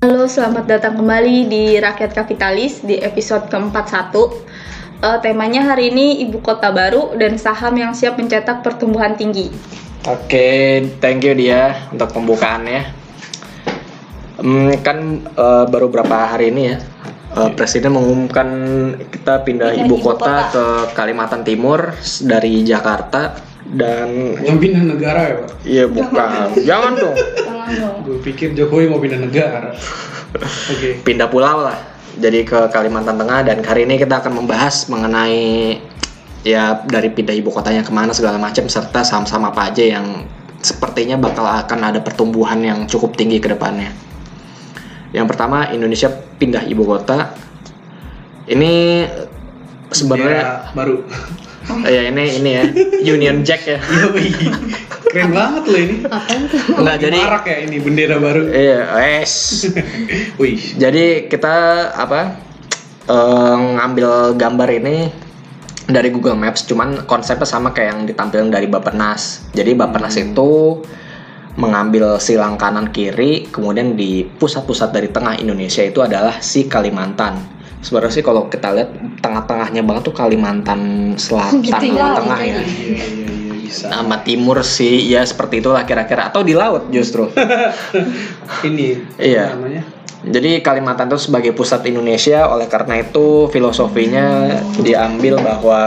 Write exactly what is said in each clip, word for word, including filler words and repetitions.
Halo, selamat datang kembali di Rakyat Kapitalis di episode keempat puluh satu. Uh, temanya hari ini Ibu Kota Baru dan saham yang siap mencetak pertumbuhan tinggi. Oke, thank you dia untuk pembukaannya. Um, kan uh, baru berapa hari ini ya, uh, Presiden mengumumkan kita pindah, pindah ibu, ibu kota, kota ke Kalimantan Timur dari Jakarta. Dan yang pindah negara ya Pak? Iya bukan, jangan dong. Gue pikir Jokowi mau pindah negara. Oke. Okay. Pindah pulau lah, jadi ke Kalimantan Tengah. Dan hari ini kita akan membahas mengenai ya dari pindah ibu kotanya kemana segala macam, serta saham-saham apa aja yang sepertinya bakal akan ada pertumbuhan yang cukup tinggi ke depannya. Yang pertama, Indonesia pindah ibu kota. Ini sebenarnya baru. Oh, ya ini ini ya Union Jack ya. Keren banget loh ini. Apaan tuh? Enggak, jadi marak ya ini bendera baru. Iya, wes. Wih. Jadi kita apa uh, ngambil gambar ini dari Google Maps, cuman konsepnya sama kayak yang ditampilkan dari Bappenas. Jadi Bappenas hmm. itu mengambil silang kanan kiri, kemudian di pusat-pusat dari tengah Indonesia itu adalah si Kalimantan. Sebenarnya sih kalau kita lihat tengah-tengahnya banget tuh Kalimantan Selatan, gitu ya, tengah ya. Iya, iya, iya, bisa. Sama timur sih, ya seperti itulah kira-kira, atau di laut justru. Ini iya. Namanya. Jadi Kalimantan itu sebagai pusat Indonesia, oleh karena itu filosofinya diambil bahwa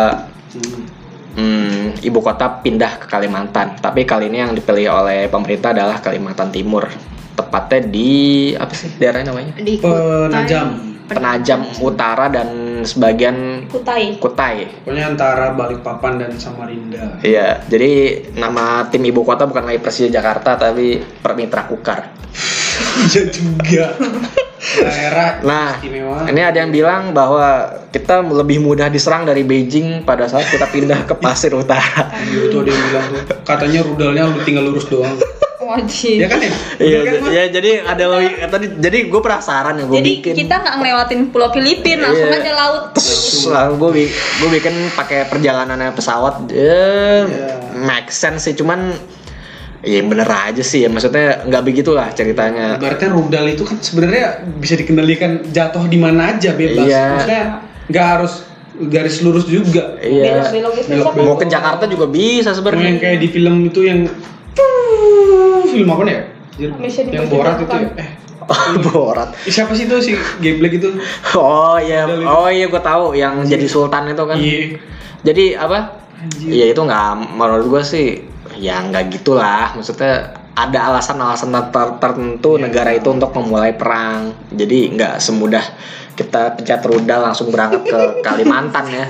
hmm, ibu kota pindah ke Kalimantan. Tapi kali ini yang dipilih oleh pemerintah adalah Kalimantan Timur. Tepatnya di apa sih daerahnya namanya? Di Penajam. Penajam Utara dan sebagian Kutai. Kutai. Pokoknya antara Balikpapan dan Samarinda. Iya, jadi nama tim ibu kota bukan lagi Persija Jakarta tapi Permitra Kukar. Iya juga. Daerah nah, istimewa. Ini ada yang bilang bahwa kita lebih mudah diserang dari Beijing pada saat kita pindah ke Pasir Utara. Iya, itu ada yang bilang tuh, katanya rudalnya lu tinggal lurus doang. Wajib. Ya kan ya? Iya, kan, ya jadi ada lagi tadi. Jadi gue penasaran ya, gue jadi bikin. kita nggak ngelewatin Pulau Filipina, langsung iya. aja laut. Lalu gue gue bikin pakai perjalanannya pesawat, ya yeah. make sense sih. Cuman ya bener aja sih ya, maksudnya nggak begitulah ceritanya. Berarti rudal itu kan sebenarnya bisa dikendalikan jatuh di mana aja bebas. Iya. Maksudnya nggak harus garis lurus juga. Iya. Belok-belok gitu. Belok-belok. Mau ke Jakarta juga bisa sebenarnya. Yang kayak di film itu yang film apa nih ya? Yang Borat itu ya? Eh, oh, Borat. Siapa sih itu si Geblek itu? Oh iya, oh iya gue tahu yang Anjir. Jadi sultan itu kan. Iya. Jadi apa? Iya itu nggak, menurut gue sih ya nggak gitulah. Maksudnya ada alasan-alasan ter- tertentu yeah. negara itu untuk memulai perang. Jadi nggak semudah kita pencet rudal langsung berangkat ke Kalimantan ya.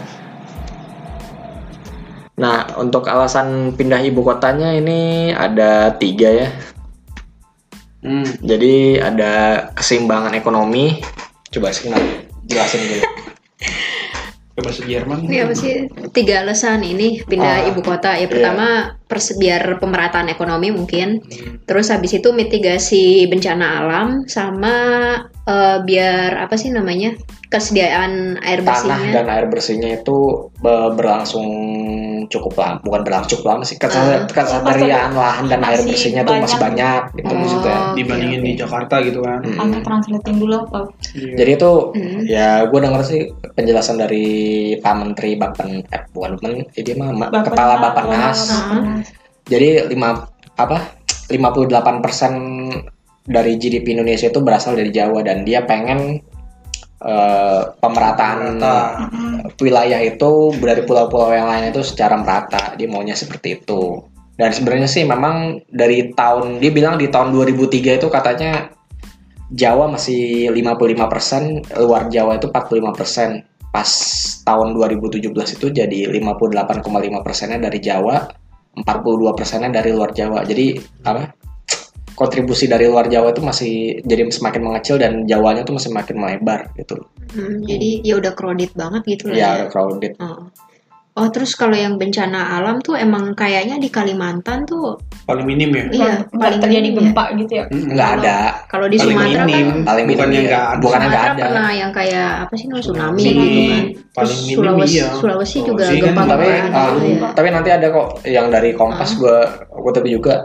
Nah, untuk alasan pindah ibu kotanya ini ada tiga ya. Hmm. Jadi ada keseimbangan ekonomi. Coba sih jelasin dulu. Bahasa Jerman. Iya apa sih? Tiga alasan ini pindah ah, ibu kota. Ya pertama yeah. pers- biar pemerataan ekonomi mungkin. Hmm. Terus habis itu mitigasi bencana alam sama uh, biar apa sih namanya? Kesediaan air bersihnya. Tanah dan air bersihnya itu berlangsung cukup lama, bukan berlangsung cukup lama sih, ketersediaan uh, lahan dan air bersihnya tuh masih banyak gitu oh, maksudnya dibandingin okay, okay. di Jakarta gitu kan. Mm-hmm. Aku translating dulu apa? Yeah. Jadi itu mm-hmm. ya gue denger sih penjelasan dari Pak Menteri Bapen eh bukan Menteri, dia mah Bapen, Kepala Bappenas. Uh-huh. Jadi lima apa lima puluh delapan persen dari G D P Indonesia itu berasal dari Jawa dan dia pengen Uh, pemerataan merata. wilayah itu dari pulau-pulau yang lain itu secara merata, dia maunya seperti itu. Dan sebenarnya sih memang dari tahun dia bilang di tahun dua ribu tiga itu katanya Jawa masih lima puluh lima persen, luar Jawa itu empat puluh lima persen. Pas tahun dua ribu tujuh belas itu jadi lima puluh delapan koma lima persennya dari Jawa, empat puluh dua persennya dari luar Jawa. Jadi apa? Kontribusi dari luar Jawa itu masih jadi semakin mengecil dan Jawanya tuh masih makin melebar gitu. Hmm, jadi ya udah crowded banget gitu lah. Ya, ya. crowded. Oh. Oh terus kalau yang bencana alam tuh emang kayaknya di Kalimantan tuh paling minim ya? Iya, paling terjadi gempa ya? Gitu ya? Nggak ada. Kalau di Sumatera minim, kan paling minim bukannya nggak ada. Bukannya nggak ada. Pernah yang kayak apa sih namanya tsunami Tsunami, gitu kan. Paling minim Sulawesi, iya. Sulawesi juga Sulawesi gempa kan, tapi kan, uh, gitu ya. tapi nanti ada kok yang dari Kompas uh. gua gua tahu juga. Oh.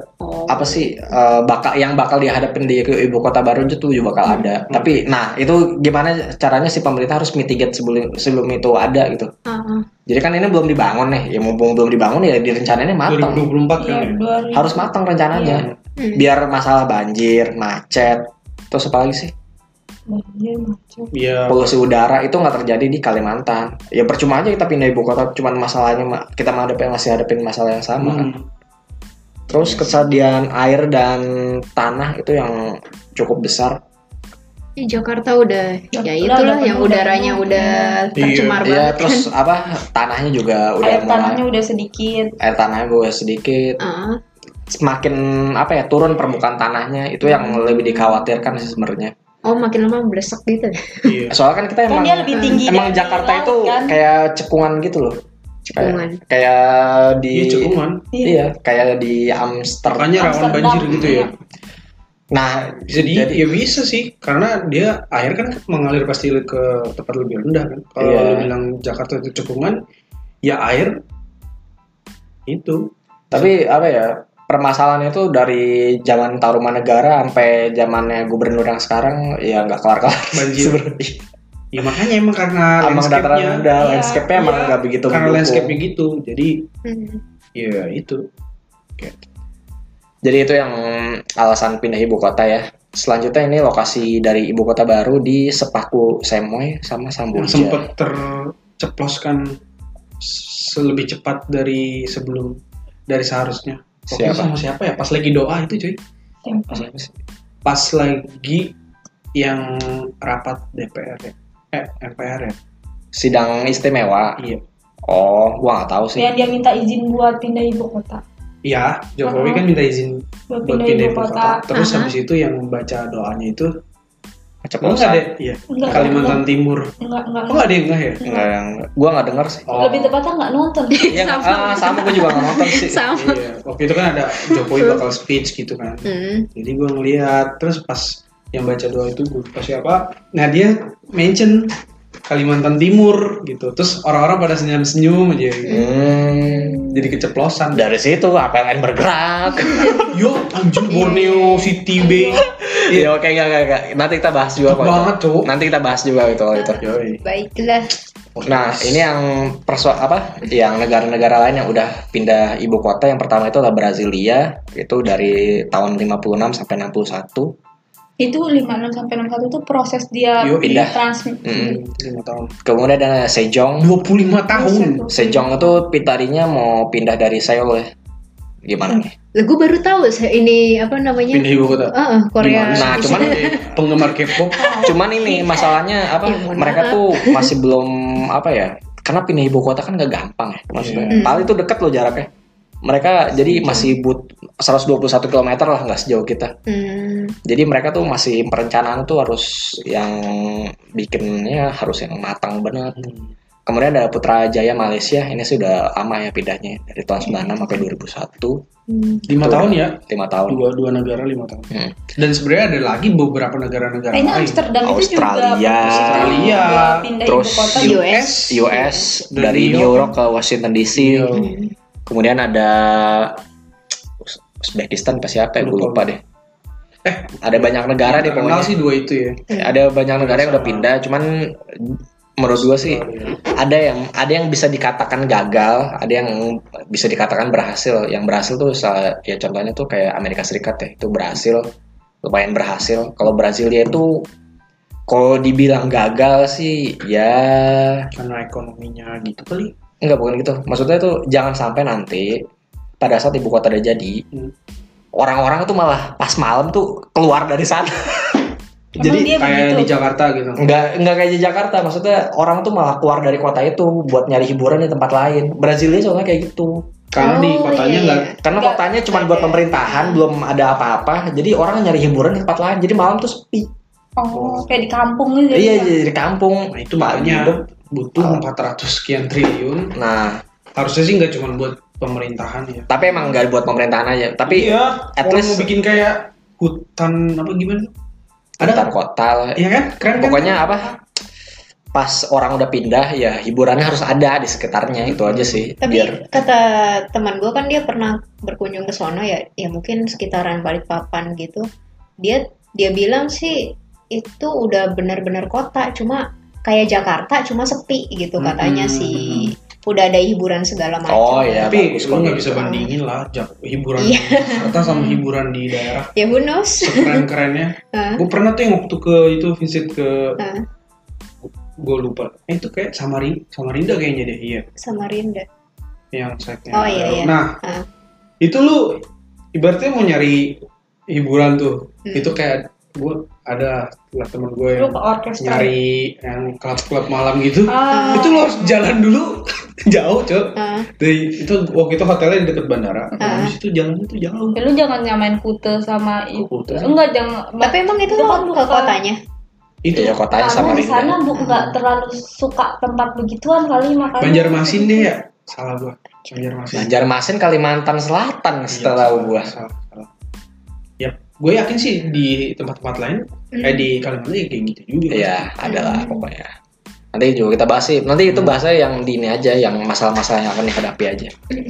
apa sih uh, bakal yang bakal dihadapin di ibu kota baru itu tuh juga bakal hmm. ada. Hmm. Tapi nah itu gimana caranya si pemerintah harus mitigate sebelum sebelum itu ada gitu. Uh-huh. Jadi kan ini belum dibangun nih, ya mumpung belum dibangun ya direncanainnya matang. dua ribu dua puluh empat kan. Ya, harus matang rencananya. Yeah. Biar masalah banjir, macet, terus apa lagi sih? Banjir, macet. Ya. Polusi udara itu nggak terjadi di Kalimantan. Ya percuma aja kita pindah ibu kota, cuman masalahnya kita menghadapi masih hadapin masalah yang sama. Hmm. Terus kesediaan air dan tanah itu yang cukup besar. Di Jakarta udah ya, ya itulah yang udaranya udah tercemar iya, banget. Iya, terus kan. Apa tanahnya juga udah air mulai, tanahnya udah sedikit. Air tanahnya udah sedikit. Uh. Semakin apa ya turun permukaan tanahnya itu yang hmm. lebih dikhawatirkan sih sebenarnya. Oh makin lama blesek gitu. Iya. Soalnya kan kita emang kan lebih tinggi emang Jakarta laut, itu kan? Kayak cekungan gitu loh. Cekungan. Kayak, kayak di iya, cekungan. Iya, kayak di Amsterdam. Makanya rawan banjir gitu ya. Nah, bisa di jadi, ya bisa sih karena dia air kan mengalir pasti ke tempat lebih rendah kan. Kalau iya. Lu bilang Jakarta itu cekungan, ya air itu. Tapi apa ya? Permasalahannya itu dari zaman Tarumanegara sampai zamannya gubernur yang sekarang ya nggak kelar-kelar banjir. Ya makanya emang karena emang landscape-nya, ya, landscape-nya ya, emang nggak begitu. Karena landscape-nya gitu, jadi hmm. ya itu. Okay. Jadi itu yang alasan pindah ibu kota ya. Selanjutnya ini lokasi dari ibu kota baru di Sepaku Semoy sama Samboja. Sempat terceploskan lebih cepat dari sebelum dari seharusnya. Siapa? Sama siapa ya? Pas lagi doa itu cuy. Siapa? Pas lagi yang rapat D P R ya. Eh, M P R ya. Sidang istimewa. Iya. Oh, gua nggak tahu sih. Yang dia minta izin buat pindah ibu kota. Iya, Jokowi uh-huh. kan minta izin buat pindah, pindah ibu kota. kota. Terus uh-huh. habis itu yang membaca doanya itu Ceplosan. Enggak deh, iya. Enggak, Kalimantan enggak. Timur. Enggak, enggak. Oh, enggak ada yang enggak ya? Enggak yang gua enggak dengar sih. Oh. Lebih tepatnya enggak nonton. Iya, sama. Ah, sama gua juga enggak nonton sih. Sama. Iya. Waktu itu kan ada Jokowi bakal speech gitu kan. Mm. Jadi gua ngeliat terus pas yang baca doa itu gua pas siapa? Nah, dia mention Kalimantan Timur gitu. Terus orang-orang pada senyum-senyum aja gitu. Hmm. Jadi keceplosan. Dari situ A P L N bergerak. Yo, anjir Borneo City Bay. Ya oke enggak enggak. Nanti kita bahas juga kok. Banget tuh. Nanti kita bahas juga itu itu. Baiklah. Nah, ini yang perso apa? Yang negara-negara lain yang udah pindah ibu kota yang pertama itu adalah Brasilia, itu dari tahun lima puluh enam sampai enam puluh satu. Itu lima puluh enam sampai enam puluh satu itu proses dia Yo, pindah transmit mm-hmm. lima tahun. Kemudian ada Sejong dua puluh lima tahun. Sejong itu tadinya mau pindah dari Seoul ya. Gimana nih? Lah gue baru tahu ini apa namanya? Pindah ibu kota. Uh, uh, Korea. Nah, cuman penggemar K-pop. Cuman ini masalahnya apa? Mereka tuh masih belum apa ya? Karena pindah ibu kota kan gak gampang ya. Maksudnya yeah. Paling itu dekat loh jaraknya. Mereka jadi masih but seratus dua puluh satu kilometer lah, nggak sejauh kita. Hmm. Jadi mereka tuh masih perencanaan tuh harus yang bikinnya harus yang matang banget. Hmm. Kemudian ada Putrajaya Malaysia, ini sudah lama ya pindahnya dari tahun sembilan puluh enam sampai dua ribu satu. Hmm. lima tahun ya? lima tahun. Dua, dua negara lima tahun. Hmm. Dan sebenarnya ada lagi beberapa negara-negara lain. Amsterdam Australia, itu juga Australia, terus U S, U S dari New York ke Washington D C. Hmm. Kemudian ada Uzbekistan pas siapa ya? Gue lupa deh. Eh, ada banyak negara deh pokoknya. sih dua itu ya. Ada banyak negara yang udah pindah, cuman menurut gue sih ada yang ada yang bisa dikatakan gagal, ada yang bisa dikatakan berhasil. Yang berhasil tuh ya contohnya tuh kayak Amerika Serikat ya, itu berhasil, lumayan berhasil. Kalau Brasilia itu kalau dibilang gagal sih ya karena ekonominya gitu kali. Enggak, bukan gitu. Maksudnya tuh jangan sampai nanti pada saat ibu kota udah jadi, hmm. orang-orang tuh malah pas malam tuh keluar dari sana. Jadi kayak begitu? Di Jakarta gitu. Enggak, enggak kayak di Jakarta. Maksudnya orang tuh malah keluar dari kota itu buat nyari hiburan di tempat lain. Brasilia soalnya kayak gitu. Karena oh, di kotanya enggak iya. Karena enggak, kotanya cuma buat pemerintahan, hmm. belum ada apa-apa. Jadi orang nyari hiburan di tempat lain. Jadi malam tuh sepi. Oh, kayak di kampung gitu. Iya, jadi di kampung. Nah, itu makanya butuh empat ratus sekian triliun. Nah, harusnya sih nggak cuma buat pemerintahan ya. Tapi emang nggak buat pemerintahan aja. Tapi iya, at least mau bikin kayak hutan apa gimana? Ada hutan kota lah. Iya kan? Keren pokoknya kan? apa? pas orang udah pindah ya hiburannya harus ada di sekitarnya, itu aja sih. Tapi Biar kata teman gue kan dia pernah berkunjung ke sono ya, ya mungkin sekitaran Balikpapan gitu. Dia dia bilang sih itu udah benar-benar kota, cuma kayak Jakarta cuma sepi gitu katanya Hmm. sih. Udah ada hiburan segala macam. Oh ya, Tapi bagus lu kok nggak gitu. bisa bandingin lah jak- hiburan Iya. di Jakarta sama hiburan di daerah. Ya who knows? Sekeren-kerennya. Hah? Gue pernah tuh yang waktu ke itu visit ke, Hah? gue lupa. Eh, itu kayak Samarinda, Samarinda kayaknya deh, iya. Samarinda. Yang site-nya. Oh, iya, iya. Nah, Hah? itu lu ibaratnya mau nyari hiburan tuh. Hmm. Itu kayak gue ada lah temen gue Lu yang ke orkestra. nyari yang klub-klub malam gitu. Ah. Itu lo harus jalan dulu jauh, Cok. Hah? Dari itu waktu itu hotelnya di dekat bandara. Ah. Habis itu jalannya tuh jauh. Ya, lu jangan nyamain Kute sama itu. Kute sih. Enggak, jangan. Tapi emang itu Itu kan ke bukan- kotanya? Itu Iya, kotanya Karena sama di sana Rinda. bu nggak terlalu suka tempat begituan kali makanya. Banjarmasin deh ya. Salah gua. Banjarmasin. Banjarmasin Kalimantan Selatan setelah Iya, gua. salah, salah. Ya, gue yakin sih di tempat-tempat lain Hmm. kayak di Kalimantan ya kayak gitu juga. Iya, adalah pokoknya. Nanti juga kita bahas sih. Nanti itu bahasa yang di ini aja, yang masalah-masalah yang akan dihadapi aja.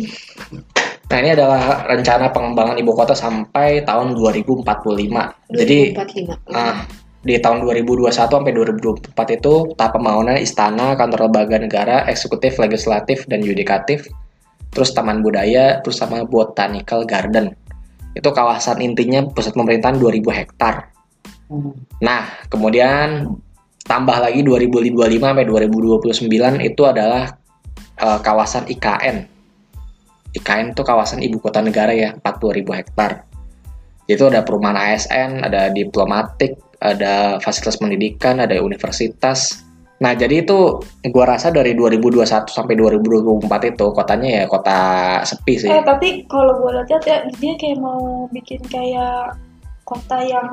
Nah, ini adalah rencana pengembangan ibu kota sampai tahun dua ribu empat puluh lima. Jadi, dua ribu empat puluh lima. nah, di tahun dua ribu dua puluh satu sampai dua ribu dua puluh empat itu tahap pembangunan istana, kantor lembaga negara, eksekutif, legislatif, dan yudikatif, terus taman budaya, terus sama botanical garden. Itu kawasan intinya pusat pemerintahan dua ribu hektar. Hmm. Nah, kemudian tambah lagi dua ribu dua puluh lima sampai dua ribu dua puluh sembilan itu adalah eh, kawasan I K N. I K N itu kawasan ibu kota negara ya, empat puluh ribu hektar. Itu ada perumahan A S N, ada diplomatik, ada fasilitas pendidikan, ada universitas. Nah, jadi itu gua rasa dari dua ribu dua puluh satu sampai dua ribu dua puluh empat itu kotanya ya kota sepi sih. Eh tapi kalau gue lihat ya dia kayak mau bikin kayak kota yang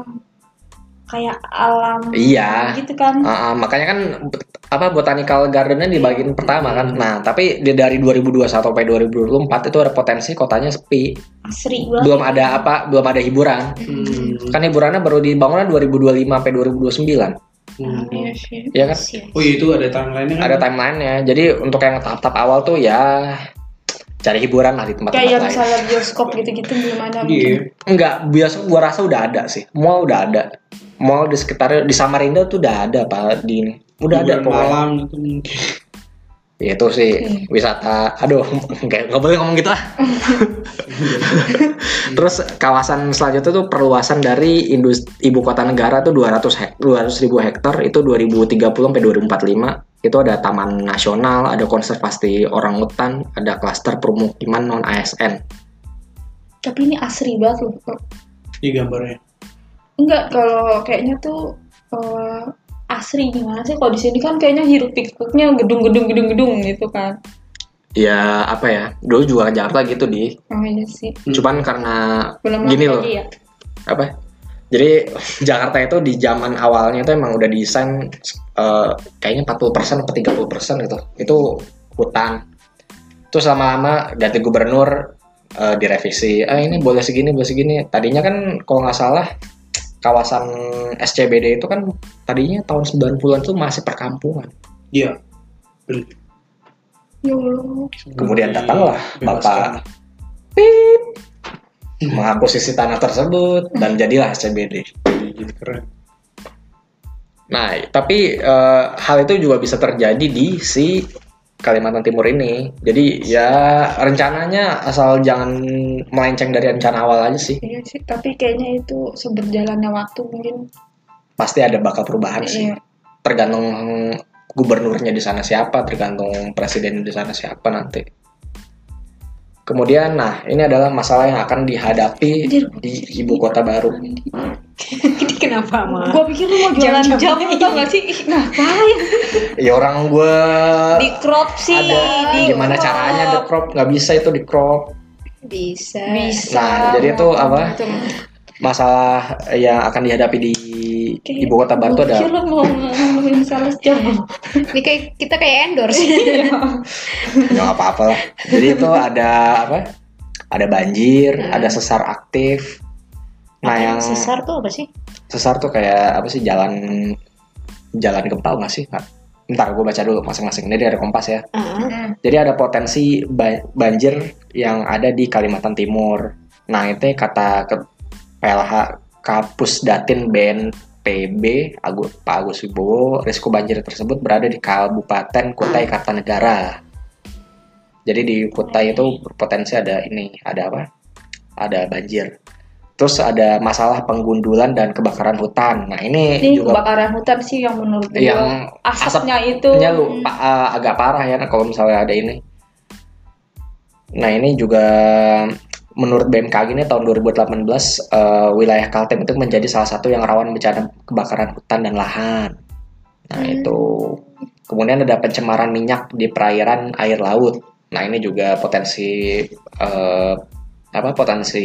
kayak alam Iya. gitu kan. Uh, uh, makanya kan bet- apa botanical gardennya di bagian pertama kan. Nah, tapi di, dari dua ribu dua puluh satu sampai dua ribu dua puluh empat itu ada potensi kotanya sepi. Asri banget. Belum ada apa, belum ada hiburan. Hmm. Kan hiburannya baru dibangun dua ribu dua puluh lima sampai dua ribu dua puluh sembilan. Hmm. Iya sih. Iya kan? Oh iya, itu ada timeline-nya kan? Ada timelinenya. Jadi untuk yang tahap-tahap awal tuh ya cari hiburan lah di tempat-tempat Kayak lain. misalnya bioskop gitu-gitu belum ada. Iya. Enggak, biasa gua rasa udah ada sih. Mall udah ada. Mall di sekitar di Samarinda tuh udah ada Pak di ini. Udah ada Hiburan pokoknya. malam gitu mungkin. Ya, itu sih wisata. Aduh, nggak nggak boleh ngomong gitu lah. Terus kawasan selanjutnya tuh perluasan dari industri ibu kota negara tuh dua ratus hek, dua ratus ribu hektar itu dua ribu tiga puluh sampai dua ribu empat puluh lima. Itu ada taman nasional, ada konservasi orangutan, ada klaster permukiman non A S N. Tapi ini asri banget loh. Di gambarnya. Enggak, kalau kayaknya tuh eh, asri gimana sih? Kalau di sini kan kayaknya hiruk pikuknya gedung-gedung gedung-gedung gitu kan. Ya apa ya? Dulu juga Jakarta gitu di. Oh iya sih. Cuman karena Belum gini lama loh. lagi ya. Apa? Jadi Jakarta itu di zaman awalnya itu emang udah desain eh, kayaknya empat puluh persen atau tiga puluh persen gitu. Itu hutan. Terus lama-lama ganti gubernur eh, direvisi. Ah ini boleh segini, boleh segini. Tadinya kan kalau nggak salah kawasan S C B D itu kan tadinya tahun sembilan puluhan itu masih perkampungan. Iya. Ya Allah. Kemudian datanglah Bebaskan. Bapak Pip mengakuisisi tanah tersebut dan jadilah S C B D. Gitu, keren. Nah, tapi eh, hal itu juga bisa terjadi di si Kalimantan Timur ini. Jadi ya rencananya asal jangan melenceng dari rencana awal aja sih. Iya sih, tapi kayaknya itu seberjalannya waktu mungkin. Pasti ada bakal perubahan sih. Iya. Tergantung gubernurnya di sana siapa, tergantung presiden di sana siapa nanti. Kemudian, nah ini adalah masalah yang akan dihadapi di ibu kota baru. Kenapa mah? Gua pikir lu mau jualan Jam-jam jam ini. atau nggak sih? Ih, ngapain? Ya orang gue Di crop sih. ada di gimana crop. caranya di crop, nggak bisa itu di crop. Bisa. Bisa. Nah, jadi itu apa? Masalah yang akan dihadapi di Kayak- ibu kota baru itu gua ada pikir lu mau ngomongin salah jam. Ini kayak kita kayak endorse. ya nggak apa-apa lah. Jadi itu ada apa? Ada banjir, Hmm. ada sesar aktif. Nah yang Sesar tuh apa sih? sesar tuh kayak apa sih jalan jalan gempa nggak sih? Nggak. Bentar, gue baca dulu masing-masing. Ini dari Kompas ya. Uh-huh. Jadi ada potensi ba- banjir yang ada di Kalimantan Timur. Nah, itu kata ke P L H Kapus Datin B N P B Agus, Pak Agus Wibowo, risiko banjir tersebut berada di Kabupaten Kutai Kartanegara. Jadi di Kutai itu berpotensi ada ini, ada apa? Ada banjir. Terus ada masalah penggundulan dan kebakaran hutan. Nah ini, ini juga kebakaran hutan sih yang menurut gue yang asapnya itu asapnya lu pa, uh, agak parah ya kalau misalnya ada ini. Nah ini juga menurut B M K G ini tahun dua ribu delapan belas uh, wilayah Kaltim itu menjadi salah satu yang rawan bencana kebakaran hutan dan lahan. Nah hmm. itu kemudian ada pencemaran minyak di perairan air laut. Nah ini juga potensi uh, apa potensi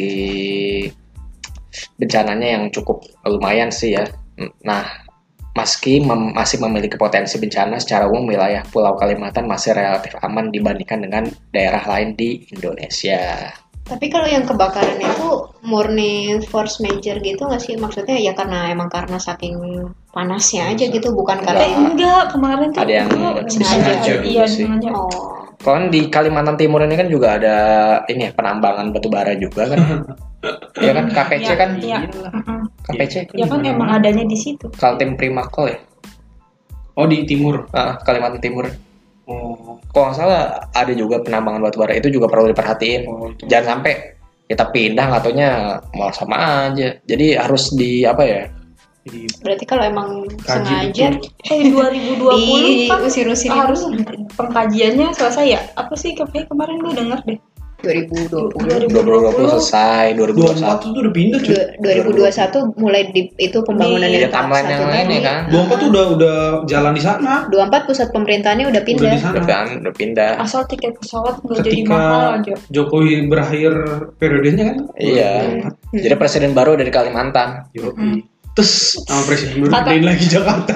bencananya yang cukup lumayan sih ya. Nah, meski mem- masih memiliki potensi bencana, secara umum wilayah Pulau Kalimantan masih relatif aman dibandingkan dengan daerah lain di Indonesia. Tapi kalau yang kebakaran itu murni force major gitu nggak sih? Maksudnya ya karena emang karena saking panasnya aja gitu, bukan karena eh, enggak kemarin tuh ada yang sengaja. Iya, sih. sengaja. Oh. Kan di Kalimantan Timur ini kan juga ada ini ya, penambangan batu bara juga kan. Ya kan K P C Ya, kan? Iya. K P C. Ya kan emang adanya di situ. Kaltim Primakol ya? Oh di timur. Ah, Kalimantan Timur. Oh. Kalau nggak salah ada juga penambangan batu bara, itu juga perlu diperhatiin. Oh, itu. Jangan sampai kita pindah ngatonya malah sama aja. Jadi harus di apa ya? Jadi, Berarti kalau emang kaji sengaja betul. Eh dua ribu dua puluh kan diusir-usir harus pengkajiannya selesai ya? Apa sih kayak kemarin gue denger deh. dua ribu dua puluh dua ribu dua puluh selesai, dua ribu dua puluh dua puluh empat satu. itu udah pindah cuy. dua ribu dua puluh satu mulai di itu pembangunan Di yang Iya, timeline yang satu lain tadi. ya kan? dua puluh empat tuh udah udah jalan di sana. dua puluh empat pusat pemerintahannya udah Udah pindah. di sana. Udah, kan, udah pindah. Asal tiket pesawat nggak jadi Ketika mahal aja. Jokowi berakhir periodenya kan. Iya. Hmm. Jadi presiden baru dari Kalimantan. Jokowi. Terus sama presiden baru Kata- pindahin lagi Jakarta.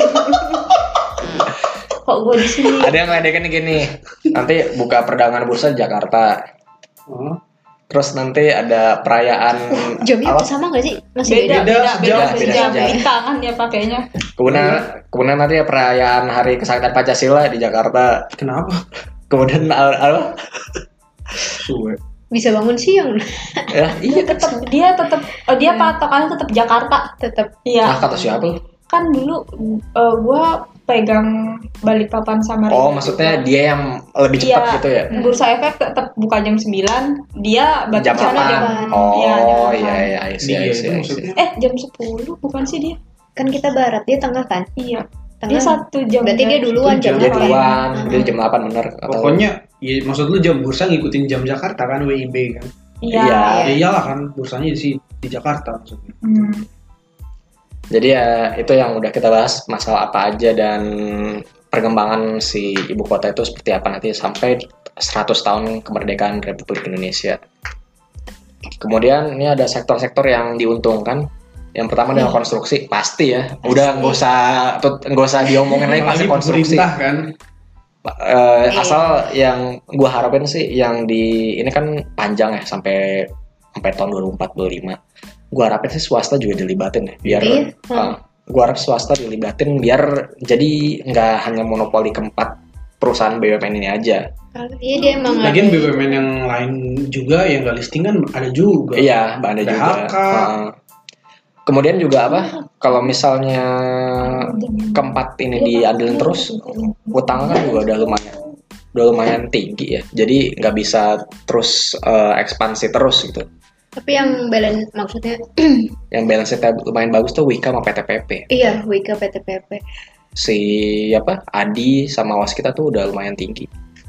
Kok gue di sini? Ada yang ledekin gini. Nanti buka perdagangan bursa di Jakarta. Oh. Terus nanti ada perayaan Jamnya apa? sama nggak sih? Masih Beda, beda. beda, Beda, beda, sejam, beda, beda sejam. Di tangan dia pakainya. Kemudian kemudian nanti ada perayaan Hari Kesaktian Pancasila di Jakarta. Kenapa? Kemudian al- apa? Suwe. Bisa bangun siang. Ya, Iya tetap dia tetap oh, dia patokannya tetap Jakarta. Tetap. Iya. ah, kata siapa lu? Kan dulu uh, gue pegang Balikpapan sama Oh, Ringan maksudnya juga. dia yang lebih cepat Iya. gitu ya? Bursa Efek tetap buka jam sembilan, dia batu Jam sana delapan. jam Oh, iya, jam iya delapan. iya, I see, Dia I itu see, I see. maksudnya. Eh jam sepuluh bukan sih dia? Kan kita barat, dia tengah kan? Iya. Tengah. Dia satu jam. Berarti dia duluan Itu jam jam Dia delapan. duluan, Hmm. dia jam delapan bener. Atau- Pokoknya ya, maksud lu jam bursa ngikutin jam Jakarta kan W I B kan. Iya. Iya. Ya iyalah kan bursanya di si- di Jakarta maksudnya. Hmm. Jadi ya itu yang udah kita bahas, masalah apa aja dan perkembangan si ibu kota itu seperti apa nanti sampai seratus tahun kemerdekaan Republik Indonesia. Kemudian ini ada sektor-sektor yang diuntungkan. Yang pertama adalah konstruksi, pasti ya. Udah nggak usah tut- nggak usah diomongin lagi, pasti Apalagi konstruksi. pemerintah kan. Eh, Iya. asal yang gua harapin sih yang di ini kan panjang ya sampai sampai tahun dua ribu empat puluh lima. Gua harapin sih swasta juga dilibatin ya biar Iya. eh, gua harap swasta dilibatin biar jadi nggak hanya monopoli keempat perusahaan B U M N ini aja. Iya dia emang Lagian ada- B U M N yang lain juga yang nggak listing kan ada juga. Iya, ada juga. P H K. Eh, kemudian juga apa? Kalau misalnya keempat ini diambilin terus, utang kan juga udah lumayan, udah lumayan tinggi ya. Jadi nggak bisa terus eh, ekspansi terus gitu. Tapi yang balance maksudnya Yang balance nya lumayan bagus tuh Wika sama P T P P. iya Wika P T P P. Si apa? Adi sama Waskita tuh udah lumayan tinggi.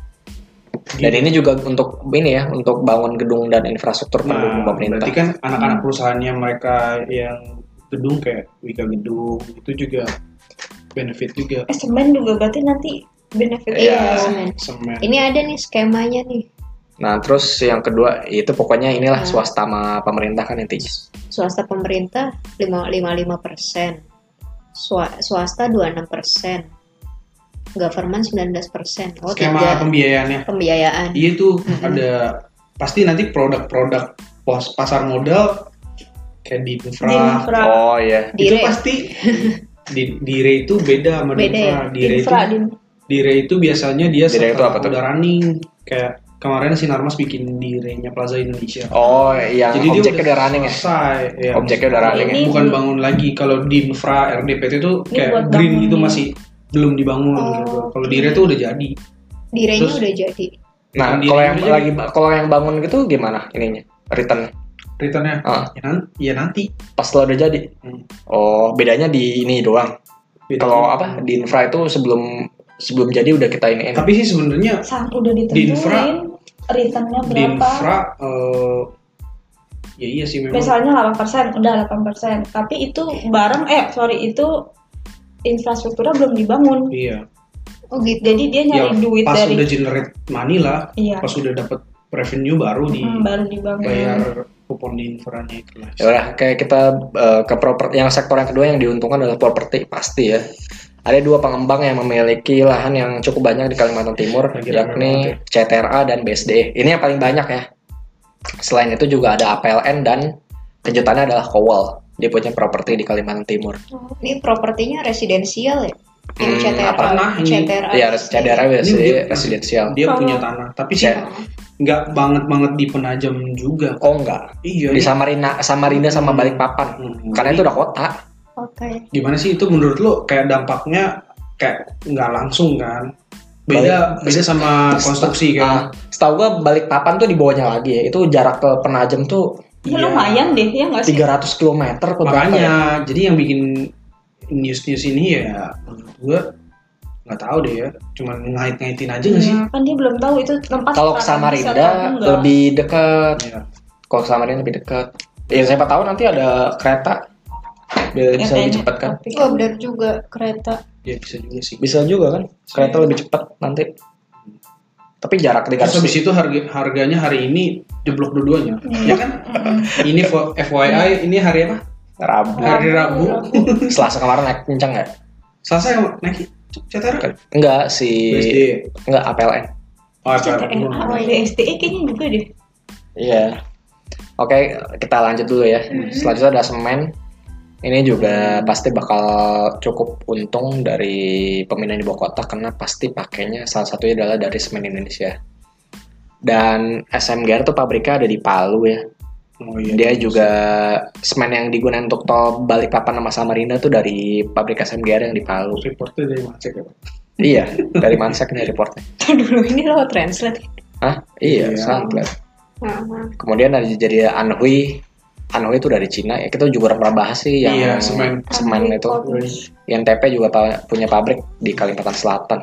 Dan ini juga untuk ini ya, untuk bangun gedung dan infrastruktur pendukung Nah, pemerintah. berarti kan anak-anak perusahaannya mereka yang gedung kayak Wika Gedung itu juga benefit juga. Eh semen juga berarti nanti benefit. Iya. semen. Semen. Ini ada nih skemanya nih. Nah, terus yang kedua itu pokoknya inilah Hmm. swasta sama pemerintah kan intinya. Swasta pemerintah lima puluh lima persen. Swasta dua puluh enam persen. Government sembilan belas persen. Oh, Skema tiga pembiayaannya. pembiayaan. Iya tuh Mhm. ada pasti nanti produk-produk pos pasar modal kayak di infra. Di infra. Oh iya. Itu Dire. pasti di Dire itu beda sama Beda Dinfra. ya? Dire itu Infra, din. Dire itu biasanya dia Dire itu setelah apa tuh? udah running kayak kemarin Sinarmas bikin Dire-nya Plaza Indonesia. Oh, yang Jadi dia objeknya udah running ya? selesai, ya. Objeknya udah running ya? Ini Bukan belum- bangun lagi. Kalau di Infra R D P T itu Ini kayak buat green bangun gitu ya. masih belum dibangun Oh, gitu. Kalau Dire tuh udah jadi. Direnya Terus- udah jadi. Nah, Dire kalau yang udah jadi. lagi kalau yang bangun gitu gimana ininya? Return Returnnya Ah. ya, nan- ya nanti. pas lo udah jadi. Hmm. Oh, bedanya di ini doang. Beda. Kalau apa di infra itu sebelum sebelum jadi udah kita ini. Tapi sih sebenarnya Sang udah Di infra- ditentuin returnnya di berapa. Infra eh, ya iya sih memang. Misalnya delapan persen, udah delapan persen. Tapi itu barang eh sorry itu infrastrukturnya belum dibangun. Iya. Oh gitu. Jadi dia Ya nyari duit pas dari udah generate money lah, iya. pas udah dapat revenue baru Hmm, baru dibangun. dibayar kupon di infranya itu lah. Ya udah kayak kita uh, ke properti yang sektor yang kedua yang diuntungkan adalah properti pasti ya. Ada dua pengembang yang memiliki lahan yang cukup banyak di Kalimantan Timur, Lagi yakni rame C T R A dan B S D E. Ini yang paling banyak ya. Selain itu juga ada A P L N dan kejutannya adalah Kowal. Dia punya properti di Kalimantan Timur. Ini propertinya residensial ya? Yang Hmm, C T R A. apa? Tanah ini. C T R A. Iya, C T R A Ini biasanya dia- residensial. Dia Kalau- punya tanah, tapi sih Ya. nggak banget banget di Penajam juga. Oh enggak. Iya. Di ini- Samarinda, Samarinda sama Hmm. Balikpapan. Hmm. Karena itu udah kota. Oke. Gimana sih itu menurut lo kayak dampaknya kayak nggak langsung kan? Beda Balik- beda sama konstruksi Ah, kan? setahu gua Balikpapan tuh di bawahnya lagi ya. Itu jarak ke Penajam tuh Ya Iya. lumayan deh, ya nggak sih? tiga ratus kilometer ke berapa ya? Makanya jadi yang bikin news-news ini ya menurut gua nggak tahu deh ya, cuman ngait-ngaitin aja nggak sih? Iya, kan dia belum tahu itu tempat Kalau ke strategis atau Samarinda enggak. lebih dekat. Iya. Kalau ke Samarinda lebih dekat. Ya siapa tahu nanti ada kereta biar Ya, bisa lebih kayaknya. cepat kan. Tapi Oh benar juga kereta. Ya bisa juga sih. Bisa juga kan kereta lebih cepat nanti. Tapi jarak tiga Terus habis ratus. itu harga harganya hari ini jeblok dua-duanya, Hmm. ya kan? Ini for F Y I ini hari apa? Rabu. Hari Rabu. Selasa kemarin naik kencang nggak? Selasa yang naik C T R A? Enggak si B S D. enggak A P L N. Oh, C T R A. C T R A, B S D E kayaknya juga deh. Iya. Oke, kita lanjut dulu ya. Selanjutnya ada semen. Ini juga pasti bakal cukup untung dari pemindahan ibu kota karena pasti pakainya salah satunya adalah dari semen Indonesia. Dan S M G R tuh pabriknya ada di Palu ya. Oh iya. Dia juga semen yang digunakan untuk tol Balikpapan sama Samarinda tuh dari pabrik S M G R yang di Palu. Reportnya dari Macek ya, Pak? Iya, dari Mansek nih reportnya. Dulu ini lo translate. Hah? Iya, Iya. sangat. Nah, Kemudian ada jadi Anhui. Anhui itu dari Cina. Ya, kita juga pernah bahas sih yang Iya, semen. semen itu. I N T P juga pa- punya pabrik di Kalimantan Selatan.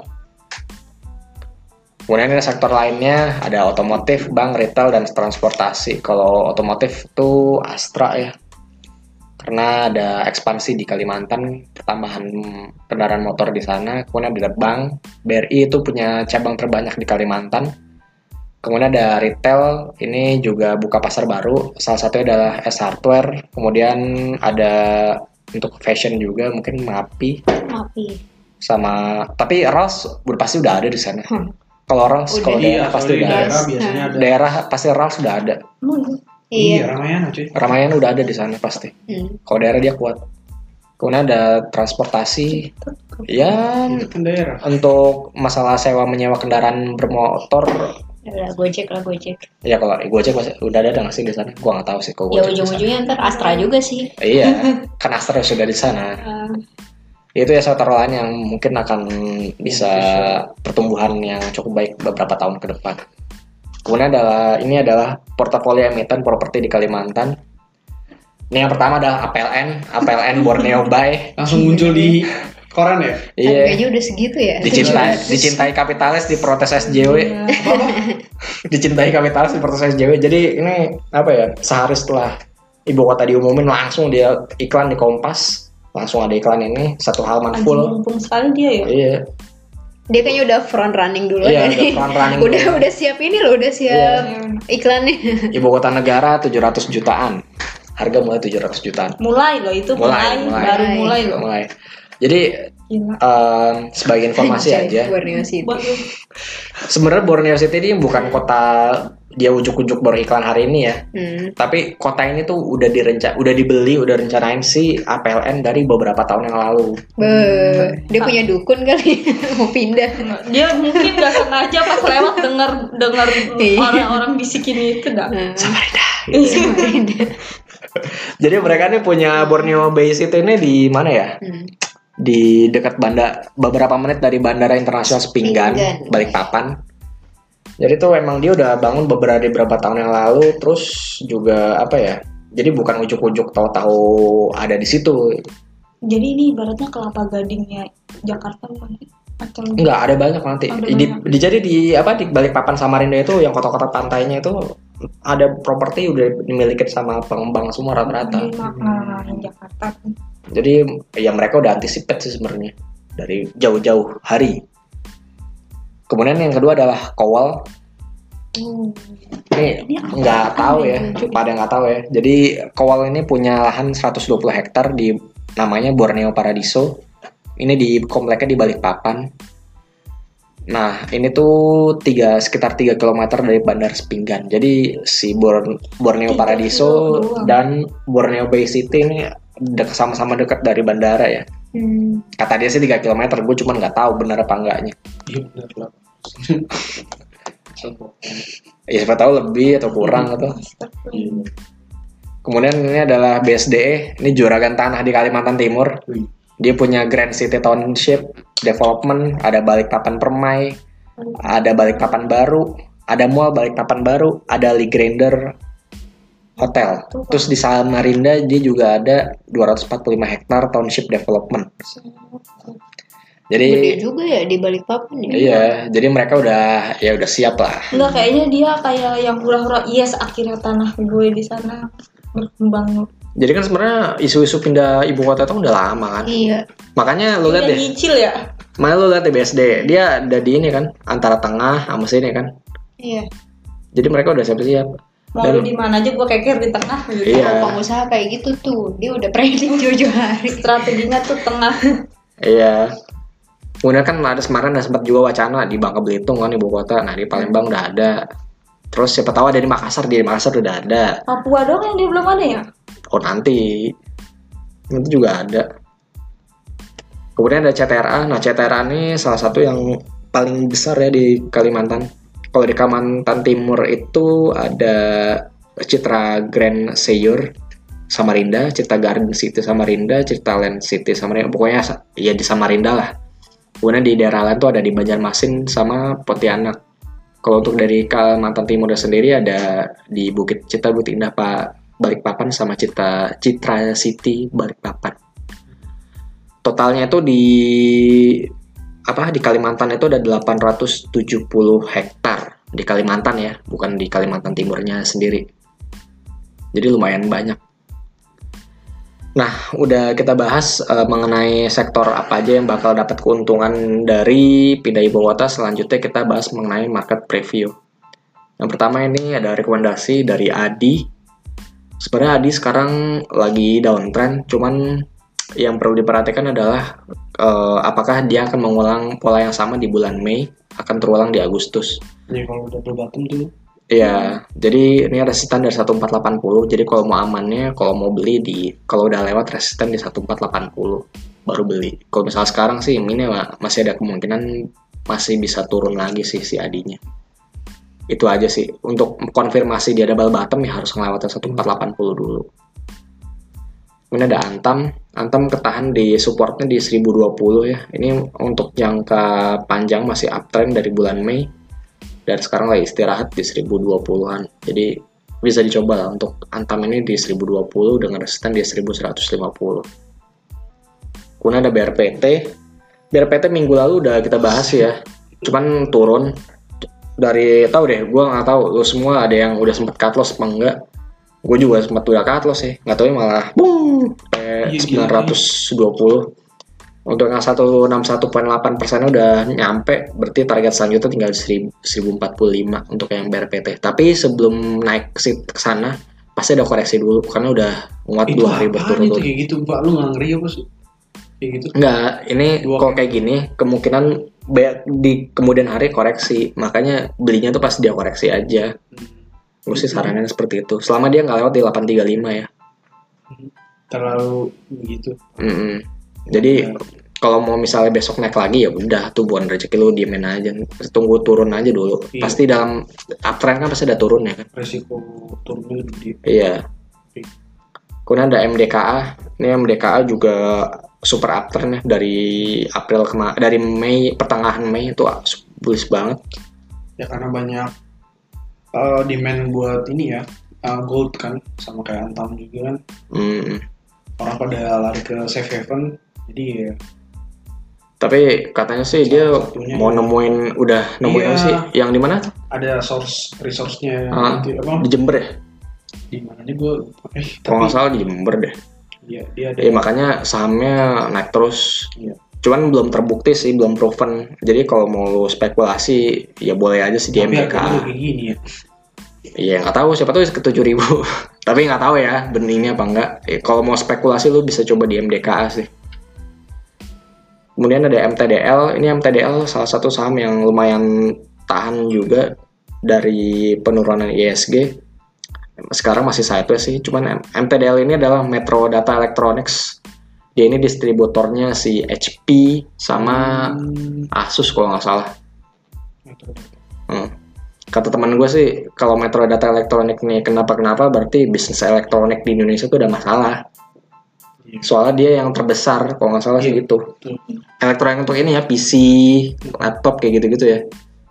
Kemudian ada sektor lainnya, ada otomotif, bank, retail, dan transportasi. Kalau otomotif itu Astra ya. Karena ada ekspansi di Kalimantan, pertambahan kendaraan motor di sana. Kemudian ada bank, B R I itu punya cabang terbanyak di Kalimantan. Kemudian ada retail, ini juga buka pasar baru. Salah satunya adalah S Hardware. Kemudian ada untuk fashion juga, mungkin Mapi Mapi. sama. Tapi Rals udah pasti udah ada di sana. Hmm. Kalau Rals, Udah, kalau Iya, daerah pasti kalau di udah ada. daerah biasanya ada. Daerah pasti Rals sudah ada. Iya, Iya. Ramayana cuy. Ramayana udah ada di sana pasti. Hmm. Kalau daerah dia kuat. Kemudian ada transportasi. Ya, Itu kan daerah. untuk masalah sewa menyewa kendaraan bermotor. Udah Gojek lah Gojek. Ya kalau Gojek masih- udah ada nggak sih di sana? Gua nggak tahu sih kalau Ya Gojek di sana. ujung-ujungnya ntar Astra juga sih. Iya, kan Astra sudah di sana. Uh, Itu ya sektor lain yang mungkin akan bisa pertumbuhan yang cukup baik beberapa tahun ke depan. Kemudian adalah ini adalah portofolio emiten properti di Kalimantan. Ini yang pertama adalah A P L N, A P L N Borneo Buy. Langsung muncul di koran ya? Iya, harganya udah segitu ya. dicintai, dicintai kapitalis di protes S J W. Dicintai kapitalis di protes S J W. Jadi ini apa ya? Sehari setelah ibu kota diumumin langsung dia iklan di Kompas. Langsung ada iklan ini satu halaman Anjing full. mumpung sekali dia ya. Iya. Dia kayaknya udah front running dulu Iya, dari. udah front running udah dulu. udah siap ini loh, udah siap iklannya. Ibu kota negara tujuh ratus jutaan. Harga mulai tujuh ratus jutaan. Mulai loh itu mulai, Mulai, mulai. baru mulai loh. Mulai. Jadi Gila. em, sebagai informasi Anjay, aja. Borneo City. Buat lu. Sebenarnya Borneo City ini bukan kota dia ujuk-ujuk baru iklan hari ini ya. Hmm. Tapi kota ini tuh udah direnca, udah dibeli, udah rencanain si A P L N dari beberapa tahun yang lalu. Be, dia punya dukun kali mau pindah. Dia mungkin nggak sengaja pas lewat dengar dengar orang-orang bisikin itu dah. Hmm. Samarinda. Gitu. Jadi mereka nih punya Borneo Bay City ini di mana ya? Hmm. Di dekat bandara, beberapa menit dari Bandara Internasional Sepinggan, Sepinggan. Balikpapan. Jadi tuh emang dia udah bangun beberapa beberapa tahun yang lalu, terus juga apa ya? Jadi bukan ujuk-ujuk tahu-tahu ada di situ. Jadi ini ibaratnya Kelapa Gadingnya Jakarta bukan? Atau enggak, ada banyak nanti. Ada di, banyak. di jadi di apa di Balikpapan Samarinda itu yang kota-kota pantainya itu ada properti udah dimiliki sama pengembang semua rata-rata. Di hmm. Jakarta. Jadi ya mereka udah antisipate sih sebenarnya dari jauh-jauh hari. Kemudian yang kedua adalah Kowal. Hmm. Ini nggak tahu ya, pada nggak tahu ya. Jadi Kowal ini punya lahan seratus dua puluh hektar di namanya Borneo Paradiso. Ini di kompleknya di Balikpapan. Nah, ini tuh tiga sekitar tiga kilometer dari Bandar Sepinggan. Jadi si Bor- Borneo Paradiso dan Borneo Bay City ini dek- sama-sama dekat dari bandara ya. Hmm. Kata dia sih tiga kilometer, gue cuma nggak tahu benar apa enggaknya. Iya benar lah. Ya siapa tahu lebih atau kurang atau. Kemudian ini adalah B S D E, ini juragan tanah di Kalimantan Timur. Dia punya Grand City Township Development, ada Balikpapan Permai, ada Balikpapan Baru, ada Mall Balikpapan Baru, ada Lee Grander Hotel. Terus di Samarinda dia juga ada dua ratus empat puluh lima hektar Township Development. Jadi gede juga ya di Balikpapan ya. Iya, jadi mereka udah ya udah siap lah. Enggak, kayaknya dia kayak yang hura-hura, yes akhirnya tanah gue di sana berkembang. Jadi kan sebenarnya isu-isu pindah ibu kota itu udah lama kan. Iya. Makanya lo lihat deh. Nyicil ya. Makanya lo lihat di B S D, dia ada di ini kan antara tengah sama sini kan. Iya. Jadi mereka udah siap-siap. Mau Dan, di mana aja gue keker di tengah gitu. Iya. Kalau pengusaha kayak gitu tuh, dia udah predik jauh-jauh hari. Strateginya tuh tengah. Iya. Kemudian kan ada Semarang, ada sempat juga wacana di Bangka Belitung kan ibu kota. Nah di Palembang udah ada. Terus siapa tahu ada di Makassar, di Makassar udah ada. Papua doang yang dia belum ada ya? Oh nanti. Nanti juga ada. Kemudian ada C T R A. Nah C T R A ini salah satu yang paling besar ya di Kalimantan. Kalau di Kalimantan Timur itu ada Citra Grand Seyur Samarinda, Citra Garden City Samarinda, Citra Land City Samarinda. Pokoknya ya di Samarinda lah. Kemudian di daerah lain tuh ada di Banjarmasin sama Pontianak. Kalau untuk dari Kalimantan Timur sendiri ada di Bukit Citra Bukit Indah Pak Balikpapan sama Citra Citra City Balikpapan. Totalnya itu di apa di Kalimantan itu ada delapan ratus tujuh puluh hektar di Kalimantan ya, bukan di Kalimantan Timurnya sendiri. Jadi lumayan banyak. Nah, udah kita bahas uh, mengenai sektor apa aja yang bakal dapat keuntungan dari pindah ibu kota. Selanjutnya kita bahas mengenai market preview. Yang pertama ini ada rekomendasi dari Adi. Sebenarnya Adi sekarang lagi downtrend, cuman yang perlu diperhatikan adalah uh, apakah dia akan mengulang pola yang sama di bulan Mei, akan terulang di Agustus. Ya kalau udah berbottom tuh. Iya, jadi ini resisten dari satu empat delapan nol. Jadi kalau mau amannya, kalau mau beli di kalau udah lewat resisten di satu empat delapan nol baru beli. Kalau misalnya sekarang sih ini masih ada kemungkinan masih bisa turun lagi sih si Adinya. Itu aja sih. Untuk konfirmasi dia double bottom ya harus ngelewatin satu empat delapan nol dulu. Kemudian ada Antam. Antam ketahan di supportnya di seribu dua puluh ya. Ini untuk jangka panjang masih uptrend dari bulan Mei. Dan sekarang lagi istirahat di seribu dua puluhan. Jadi bisa dicoba lah untuk Antam ini di seribu dua puluh dengan resisten di seribu seratus lima puluh. Kemudian ada B R P T. B R P T minggu lalu udah kita bahas ya. Cuman turun. Dari tahu deh, gue nggak tahu lu semua ada yang udah sempat cut loss apa enggak. Gue juga sempat udah cut loss sih. Nggak tahu malah boom kayak sembilan ratus dua puluh. Untuk yang seratus enam puluh satu koma delapan persen udah nyampe, berarti target selanjutnya tinggal seribu empat puluh lima untuk yang B R P T. Tapi sebelum naik ke sana, pasti ada koreksi dulu, karena udah nguat dua hari berturut-turut. Itu kayak gitu, Pak. Lu nggak ngeri apa sih? Kayak gitu? Nggak, ini kalau kayak gini, kemungkinan di kemudian hari koreksi. Makanya belinya tuh pas dia koreksi aja. Gue sih sarannya seperti itu. Selama dia nggak lewat di delapan tiga lima ya. Terlalu begitu. Mm-mm. Jadi kalau mau misalnya besok naik lagi ya udah tuh bukan rezeki lu, diemin aja, tunggu turun aja dulu. Iya. Pasti dalam uptrend kan pasti ada turun ya kan. Resiko turunnya lebih gede. Iya. Kemudian ada M D K A. Ini M D K A juga super uptrend ya dari April kemarin, dari Mei, pertengahan Mei itu bullish banget. Ya karena banyak uh, demand buat ini ya, uh, gold kan, sama kayak Antam juga kan. Hmm. Orang pada lari ke safe haven, jadi ya. Tapi katanya sih dia mau nemuin, udah nemuin iya, sih yang di mana? Ada source resource-nya ah, nanti, apa? Di Jember ya? Di mana nih gue? Eh, kalau nggak salah di Jember deh. Iya, dia ada. Ya, makanya sahamnya naik terus. Iya. Cuman belum terbukti sih, belum proven. Jadi kalau mau spekulasi ya boleh aja sih di M D K A. Tapi kayak gini ya. Iya nggak tahu, siapa tahu ke tujuh ribu. Tapi nggak tahu ya benihnya apa enggak. Eh, kalau mau spekulasi lu bisa coba di M D K A sih. Kemudian ada M T D L. Ini M T D L salah satu saham yang lumayan tahan juga dari penurunan I S G. Sekarang masih sideways sih. Cuman M T D L ini adalah Metro Data Electronics. Dia ini distributornya si H P sama hmm. Asus kalau nggak salah. Hmm. Kata teman gue sih kalau Metro Data Electronics nih kenapa-kenapa berarti bisnis elektronik di Indonesia itu udah masalah. Soalnya dia yang terbesar kalau nggak salah yeah. sih gitu. Elektronik untuk ini ya P C, laptop kayak gitu-gitu ya.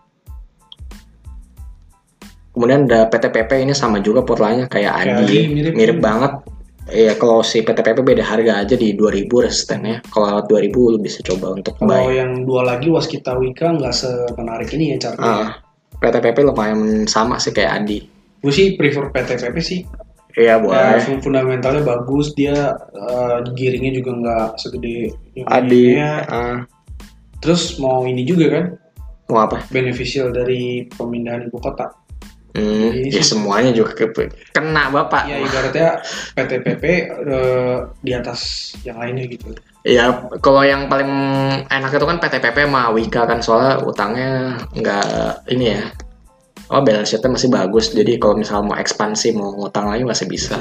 Kemudian ada P T P P, ini sama juga portfolionya kayak Adi, mirip, mirip banget. Iya, kalau si P T P P beda harga aja di dua ribu resistennya. Kalau dua ribu lu bisa coba untuk buy. Kalau yang dua lagi Waskita Wika nggak semenarik ini ya caranya. Uh, P T P P lumayan sama sih kayak Adi. Gue sih prefer P T P P sih. Iya, boleh. Ya, fundamentalnya bagus, dia uh, giringnya juga nggak segede yang Adi. Uh. Terus mau ini juga kan? Mau apa? Beneficial dari pemindahan ibu kota. Hmm, ya semuanya juga ke, kena bapak. Ya ibaratnya P T P P uh, di atas yang lainnya gitu. Iya, kalau yang paling enak itu kan P T P P sama Wika kan, soalnya utangnya nggak ini ya. Oh, balance sheet-nya masih bagus. Jadi kalau misalnya mau ekspansi, mau ngutang lagi masih bisa.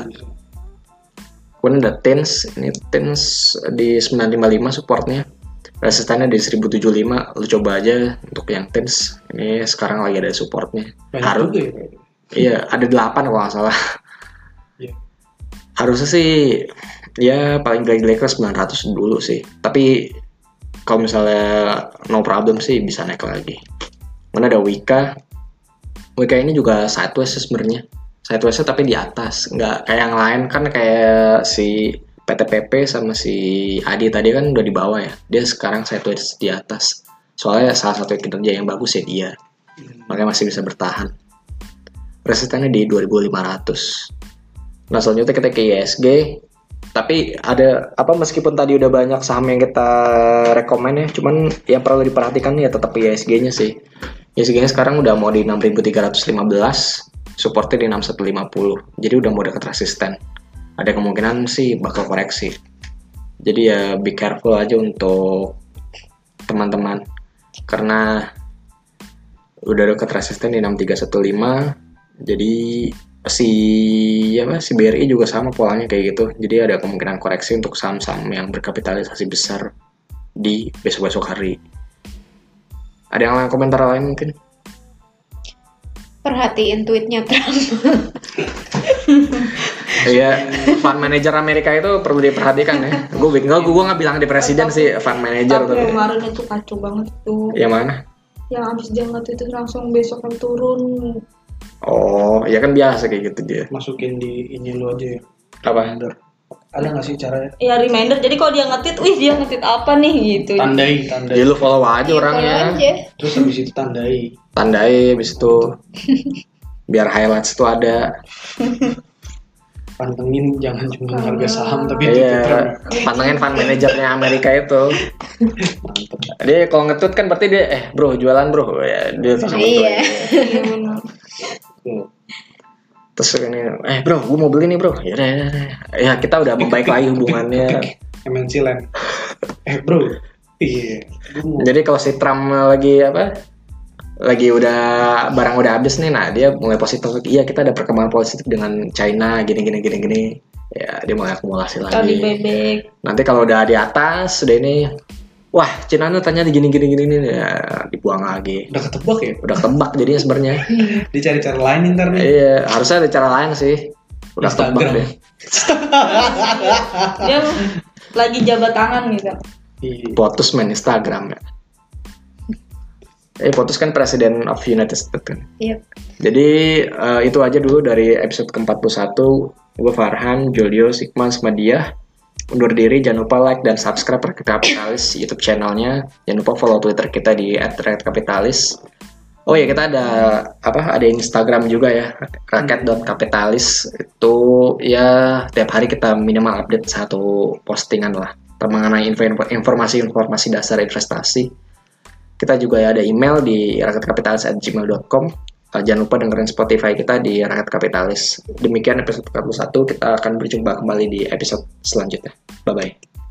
Kemudian ada T I N S, ini T I N S di sembilan lima lima supportnya. Resistannya di seribu tujuh puluh lima, lu coba aja untuk yang T I N S. Ini sekarang lagi ada supportnya. Harus ya? Iya, ada delapan kalau nggak salah. Yeah. Harusnya sih ya paling jelek-jelek ke sembilan ratus dulu sih. Tapi kalau misalnya no problem sih bisa naik lagi. Mana ada Wika. Wika ini juga sideways sebenarnya. Sideways tapi di atas, nggak kayak yang lain kan kayak si P T P P sama si Adi tadi kan udah di bawah ya. Dia sekarang sideways di atas. Soalnya salah satu kinerja yang bagus ya dia. Makanya masih bisa bertahan. Resistannya di dua ribu lima ratus. Nah, selanjutnya kita ke I S G. Tapi ada apa meskipun tadi udah banyak saham yang kita rekomen ya, cuman yang perlu diperhatikan ya tetap I S G-nya sih. I S G-nya sekarang udah mau di enam ribu tiga ratus lima belas, supportnya di enam ribu seratus lima puluh. Jadi udah mau dekat resisten. Ada kemungkinan sih bakal koreksi. Jadi ya be careful aja untuk teman-teman. Karena udah dekat resisten di enam ribu tiga ratus lima belas. Jadi si apa si B R I juga sama polanya kayak gitu. Jadi ada kemungkinan koreksi untuk saham-saham yang berkapitalisasi besar di besok-besok hari. Ada yang lain komentar lain mungkin? Perhatiin tweetnya Trump. Iya, fund manager Amerika itu perlu diperhatikan ya. Gue nggak gue nggak bilang di presiden sih fund manager. Tapi yang kemarin itu kacau banget tuh. Yang mana? Yang abis dia nge-tweet itu langsung besok kan turun. Oh, ya kan biasa kayak gitu dia. Masukin di ini lu aja ya. Apa? Reminder. Ada nggak sih caranya? Ya reminder. Jadi kalau dia nge-tweet, wih dia nge-tweet apa nih gitu. Tandai, tandai. Ya lu follow aja ya, orangnya. Follow aja. Terus habis itu tandai. Tandai habis itu. Biar highlights tuh ada. Pantengin jangan cuma harga saham tapi iya, pantengin fund manajernya Amerika itu. Mantep. Dia kalau nge-tweet kan berarti dia eh bro jualan bro ya dia langsung iya. Terus ini eh bro gue mau beli nih bro ya ya kita udah membaik lagi hubungannya. M N C Land. Eh bro iya. Jadi kalau si Trump lagi apa lagi udah barang udah habis nih, nah dia mulai positif, iya kita ada perkembangan positif dengan China gini gini gini gini, ya dia mulai akumulasi lagi. Tali bebek. Nanti kalau udah di atas udah ini, wah Cina tuh tanya gini gini gini gini, ya dibuang lagi. Udah ketebak ya? Udah ketebak jadinya sebenarnya. Dicari cara lain ntar nih. Iya, harusnya ada cara lain sih. Udah ketebak deh. Dia lagi jabat tangan gitu. POTUS main Instagram ya. Eh POTUS kan Presiden of United States kan. Yep. Jadi uh, itu aja dulu dari episode ke empat puluh satu. Gue Farhan, Julio, Sigman, sama dia undur diri. Jangan lupa like dan subscribe Rakyat Kapitalis YouTube channelnya. Jangan lupa follow Twitter kita di et rakyat kapitalis. Oh ya, kita ada apa? Ada Instagram juga ya, rakyat dot kapitalis. Itu ya tiap hari kita minimal update satu postingan lah mengenai info- informasi-informasi dasar investasi. Kita juga ya ada email di rakyat kapitalis at gmail dot com. Jangan lupa dengerin Spotify kita di Rakyat Kapitalis. Demikian episode empat puluh satu, kita akan berjumpa kembali di episode selanjutnya. Bye-bye.